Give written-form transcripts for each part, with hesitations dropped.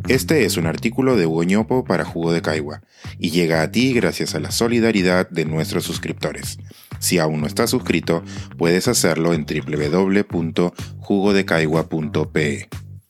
Este es un artículo de Hugo Ñopo para Jugo de Caigua y llega a ti gracias a la solidaridad de nuestros suscriptores. Si aún no estás suscrito, puedes hacerlo en www.jugodecaigua.pe.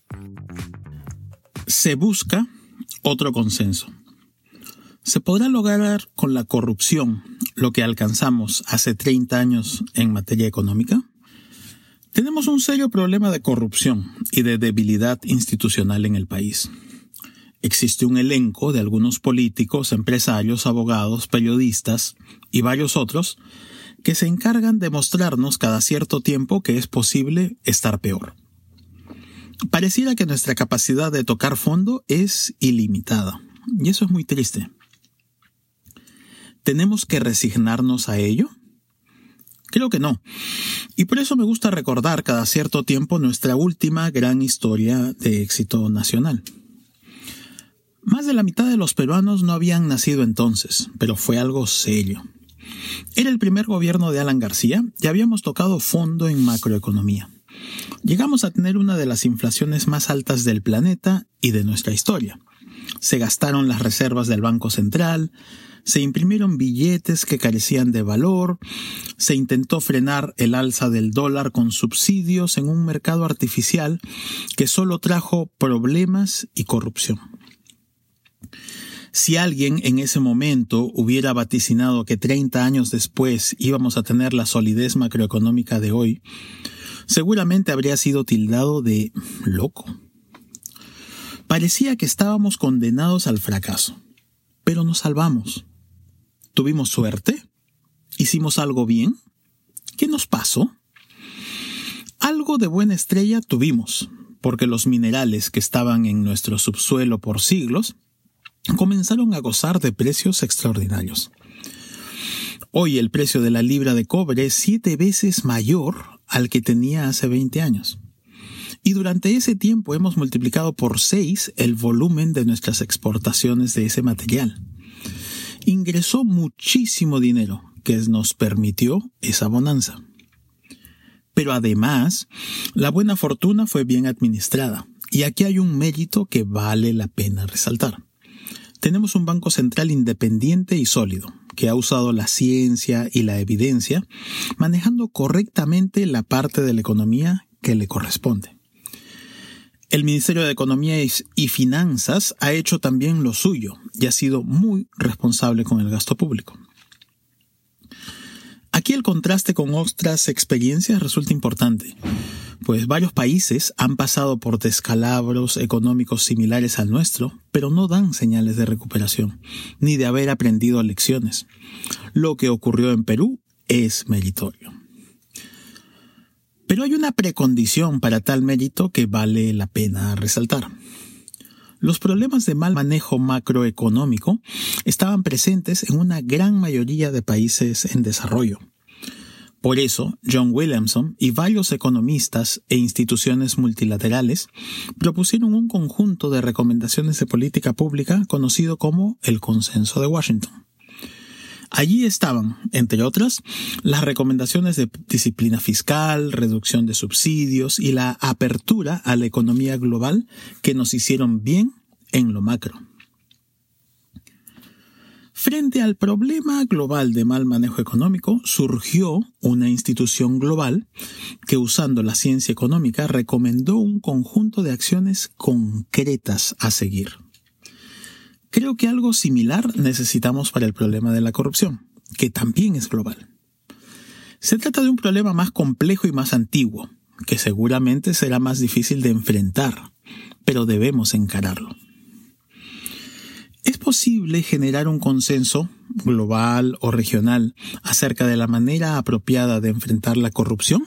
Se busca otro consenso. ¿Se podrá lograr con la corrupción lo que alcanzamos hace 30 años en materia económica? Tenemos un serio problema de corrupción y de debilidad institucional en el país. Existe un elenco de algunos políticos, empresarios, abogados, periodistas y varios otros que se encargan de mostrarnos cada cierto tiempo que es posible estar peor. Pareciera que nuestra capacidad de tocar fondo es ilimitada, y eso es muy triste. ¿Tenemos que resignarnos a ello? Creo que no. Y por eso me gusta recordar cada cierto tiempo nuestra última gran historia de éxito nacional. Más de la mitad de los peruanos no habían nacido entonces, pero fue algo serio. Era el primer gobierno de Alan García y habíamos tocado fondo en macroeconomía. Llegamos a tener una de las inflaciones más altas del planeta y de nuestra historia. Se gastaron las reservas del Banco Central, se imprimieron billetes que carecían de valor, se intentó frenar el alza del dólar con subsidios en un mercado artificial que solo trajo problemas y corrupción. Si alguien en ese momento hubiera vaticinado que 30 años después íbamos a tener la solidez macroeconómica de hoy, seguramente habría sido tildado de loco. Parecía que estábamos condenados al fracaso, pero nos salvamos. ¿Tuvimos suerte? ¿Hicimos algo bien? ¿Qué nos pasó? Algo de buena estrella tuvimos, porque los minerales que estaban en nuestro subsuelo por siglos comenzaron a gozar de precios extraordinarios. Hoy el precio de la libra de cobre es 7 veces mayor al que tenía hace 20 años. Y durante ese tiempo hemos multiplicado por 6 el volumen de nuestras exportaciones de ese material. Ingresó muchísimo dinero que nos permitió esa bonanza. Pero además, la buena fortuna fue bien administrada. Y aquí hay un mérito que vale la pena resaltar. Tenemos un Banco Central independiente y sólido, que ha usado la ciencia y la evidencia, manejando correctamente la parte de la economía que le corresponde. El Ministerio de Economía y Finanzas ha hecho también lo suyo y ha sido muy responsable con el gasto público. Aquí el contraste con otras experiencias resulta importante, pues varios países han pasado por descalabros económicos similares al nuestro, pero no dan señales de recuperación, ni de haber aprendido lecciones. Lo que ocurrió en Perú es meritorio. Pero hay una precondición para tal mérito que vale la pena resaltar. Los problemas de mal manejo macroeconómico estaban presentes en una gran mayoría de países en desarrollo. Por eso, John Williamson y varios economistas e instituciones multilaterales propusieron un conjunto de recomendaciones de política pública conocido como el Consenso de Washington. Allí estaban, entre otras, las recomendaciones de disciplina fiscal, reducción de subsidios y la apertura a la economía global que nos hicieron bien en lo macro. Frente al problema global de mal manejo económico, surgió una institución global que, usando la ciencia económica, recomendó un conjunto de acciones concretas a seguir. Creo que algo similar necesitamos para el problema de la corrupción, que también es global. Se trata de un problema más complejo y más antiguo, que seguramente será más difícil de enfrentar, pero debemos encararlo. ¿Es posible generar un consenso global o regional acerca de la manera apropiada de enfrentar la corrupción?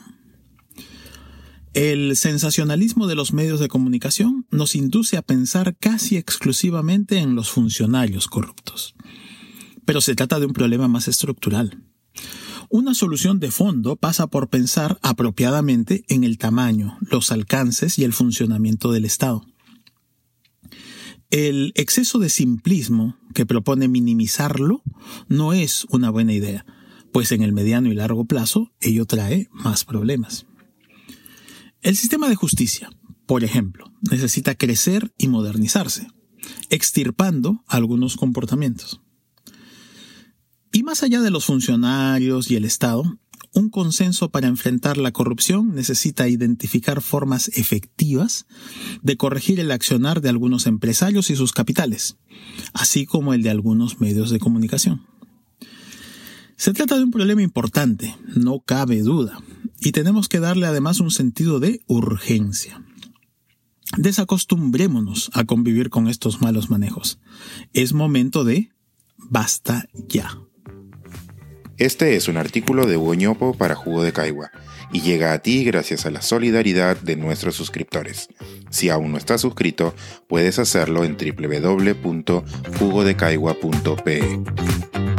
El sensacionalismo de los medios de comunicación nos induce a pensar casi exclusivamente en los funcionarios corruptos. Pero se trata de un problema más estructural. Una solución de fondo pasa por pensar apropiadamente en el tamaño, los alcances y el funcionamiento del Estado. El exceso de simplismo que propone minimizarlo no es una buena idea, pues en el mediano y largo plazo ello trae más problemas. El sistema de justicia, por ejemplo, necesita crecer y modernizarse, extirpando algunos comportamientos. Y más allá de los funcionarios y el Estado, un consenso para enfrentar la corrupción necesita identificar formas efectivas de corregir el accionar de algunos empresarios y sus capitales, así como el de algunos medios de comunicación. Se trata de un problema importante, no cabe duda, y tenemos que darle además un sentido de urgencia. Desacostumbrémonos a convivir con estos malos manejos. Es momento de basta ya. Este es un artículo de Hugo Ñopo para Jugo de Caigua y llega a ti gracias a la solidaridad de nuestros suscriptores. Si aún no estás suscrito, puedes hacerlo en www.jugodecaigua.pe.